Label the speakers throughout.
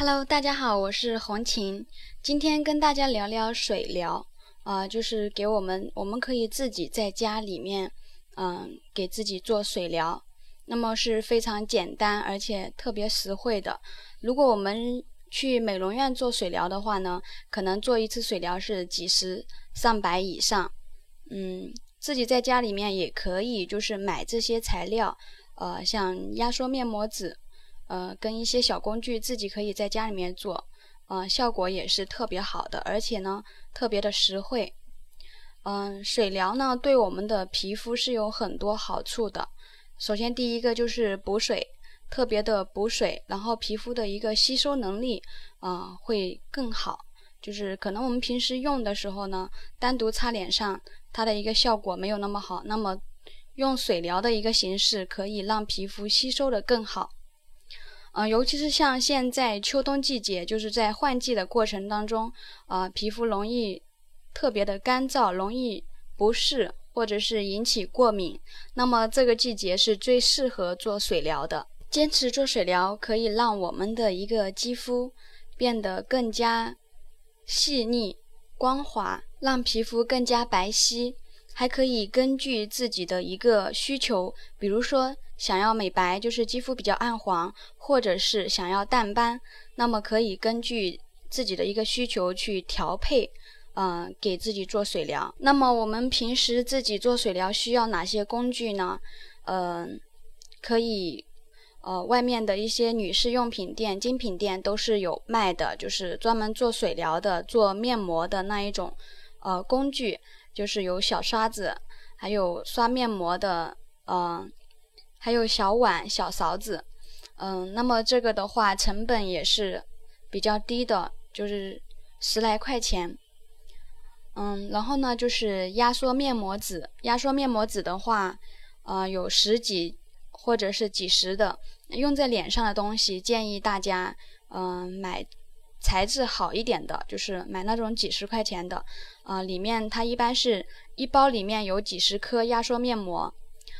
Speaker 1: Hello，大家好，我是红琴。今天跟大家聊聊水疗，就是给我们可以自己在家里面，给自己做水疗，那么是非常简单而且特别实惠的。如果我们去美容院做水疗的话呢，可能做一次水疗是几十上百以上。自己在家里面也可以，就是买这些材料，像压缩面膜纸。跟一些小工具自己可以在家里面做，效果也是特别好的，而且呢特别的实惠。水疗呢对我们的皮肤是有很多好处的。首先第一个就是补水，特别的补水，然后皮肤的一个吸收能力会更好。就是可能我们平时用的时候呢，单独擦脸上它的一个效果没有那么好，那么用水疗的一个形式可以让皮肤吸收的更好。尤其是像现在秋冬季节，就是在换季的过程当中，皮肤容易特别的干燥，容易不适或者是引起过敏，那么这个季节是最适合做水疗的。坚持做水疗可以让我们的一个肌肤变得更加细腻光滑，让皮肤更加白皙，还可以根据自己的一个需求，比如说想要美白，就是肌肤比较暗黄，或者是想要淡斑，那么可以根据自己的一个需求去调配，给自己做水疗。那么我们平时自己做水疗需要哪些工具呢？可以外面的一些女士用品店、精品店都是有卖的，就是专门做水疗的、做面膜的那一种工具，就是有小刷子，还有刷面膜的，还有小碗、小勺子。那么这个的话成本也是比较低的，就是10来块钱。然后呢就是压缩面膜纸，压缩面膜纸的话有10几或者是几十的，用在脸上的东西建议大家买材质好一点的，就是买那种几十块钱的，里面它一般是一包里面有几十颗压缩面膜。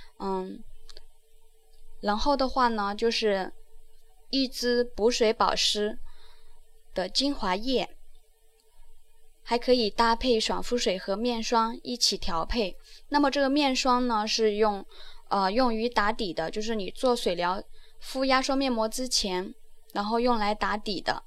Speaker 1: 然后的话呢就是一支补水保湿的精华液，还可以搭配爽肤水和面霜一起调配。那么这个面霜呢是用于打底的，就是你做水疗敷压缩面膜之前，然后用来打底的。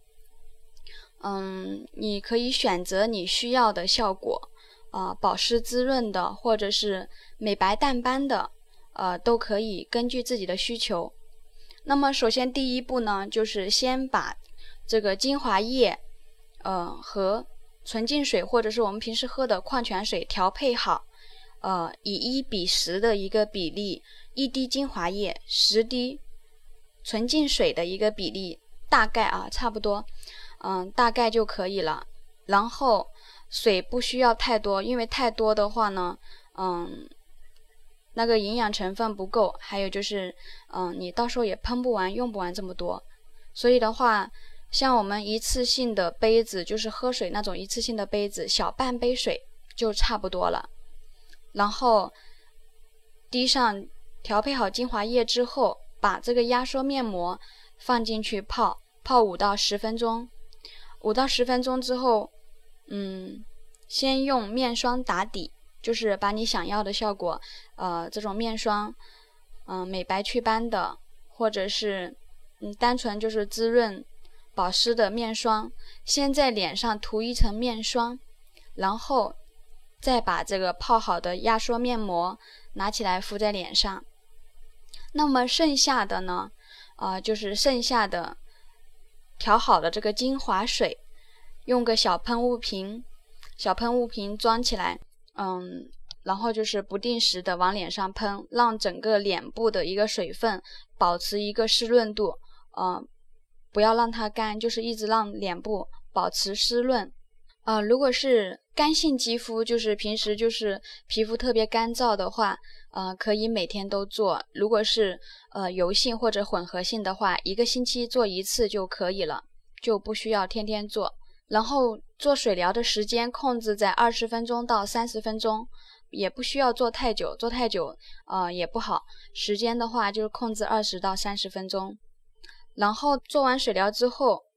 Speaker 1: 你可以选择你需要的效果，保湿滋润的，或者是美白淡斑的，都可以根据自己的需求。那么首先第一步呢，就是先把这个精华液和纯净水或者是我们平时喝的矿泉水调配好，以1:10的一个比例，1滴精华液10滴纯净水的一个比例，大概差不多，大概就可以了。然后水不需要太多，因为太多的话呢，那个营养成分不够，还有就是你到时候也喷不完用不完这么多。所以的话像我们一次性的杯子，就是喝水那种一次性的杯子，小半杯水就差不多了。然后滴上调配好精华液之后，把这个压缩面膜放进去泡5到10分钟。5到10分钟之后，先用面霜打底，就是把你想要的效果，这种面霜，美白祛斑的，或者是单纯就是滋润保湿的面霜，先在脸上涂一层面霜，然后再把这个泡好的压缩面膜拿起来敷在脸上。那么剩下的呢，就是剩下的调好的这个精华水，用个小喷雾瓶装起来，然后就是不定时的往脸上喷，让整个脸部的一个水分保持一个湿润度，不要让它干，就是一直让脸部保持湿润。如果是干性肌肤，就是平时就是皮肤特别干燥的话，可以每天都做。如果是油性或者混合性的话，1个星期做1次就可以了，就不需要天天做。然后做水疗的时间控制在20分钟到30分钟，也不需要做太久，做太久也不好。时间的话就是控制20到30分钟。然后做完水疗之后，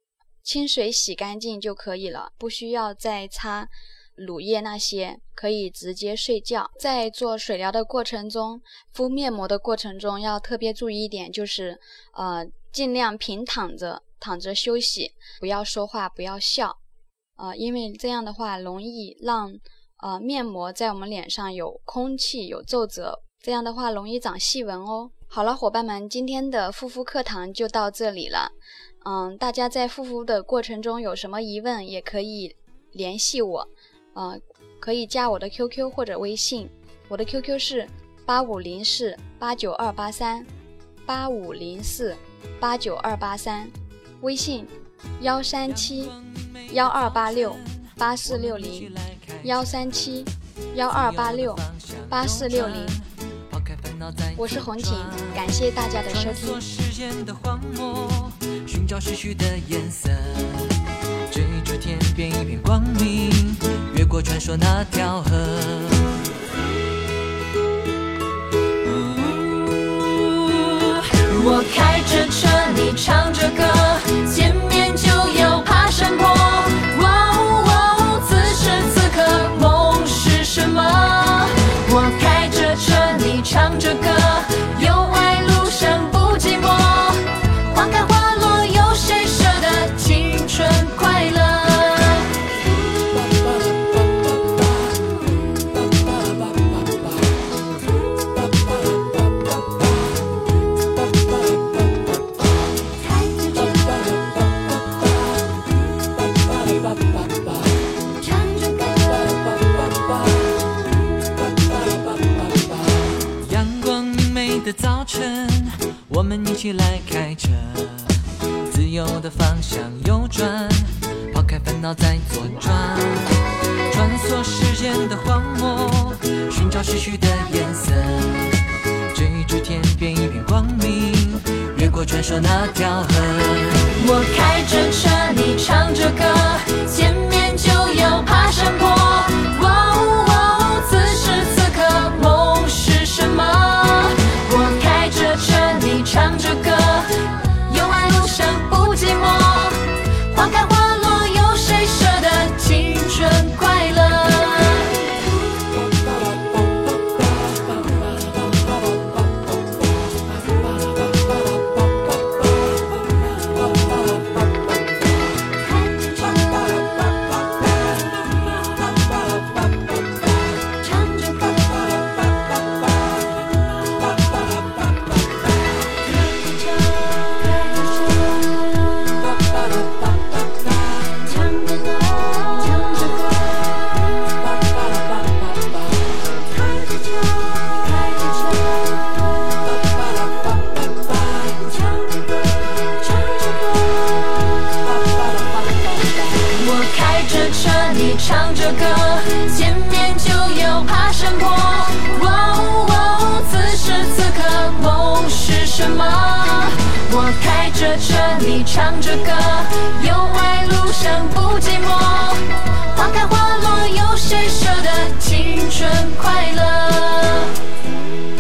Speaker 1: 清水洗干净就可以了，不需要再擦乳液那些，可以直接睡觉。在做水疗的过程中，敷面膜的过程中要特别注意一点，就是尽量平躺着休息，不要说话，不要笑，因为这样的话容易让面膜在我们脸上有空气有皱褶，这样的话容易长细纹哦。好了，伙伴们，今天的护肤课堂就到这里了。大家在护肤的过程中有什么疑问也可以联系我，可以加我的 QQ 或者微信，我的 QQ 是8504-89283，8504-89283，微信137-1286130，137-1286130，我是红婷，感谢大家的收听。寻找逝去的颜色，这一支天边一片光明，越过传说那条河。我开着车，你唱着歌，前面就有爬山坡。此时此刻梦是什么？我开着车，你唱着歌，有爱路上不寂寞。花开花落，有谁舍得青春快乐？的早晨，我们一起来开车，自由的方向右转，抛开烦恼再左转，穿梭时间的荒漠，寻找逝去的颜色，这一支天边一片光明，越过传说那条河。我开着车，你唱着歌，前面就有爬山坡。此时此刻梦是什么？我开着车，你唱着歌，有爱路上不寂寞。花开花落，有谁舍得青春快乐？唱着歌，前面就有爬山坡。此时此刻梦是什么？我开着车，你唱着歌，有爱路上不寂寞。花开花落，有谁舍得青春快乐？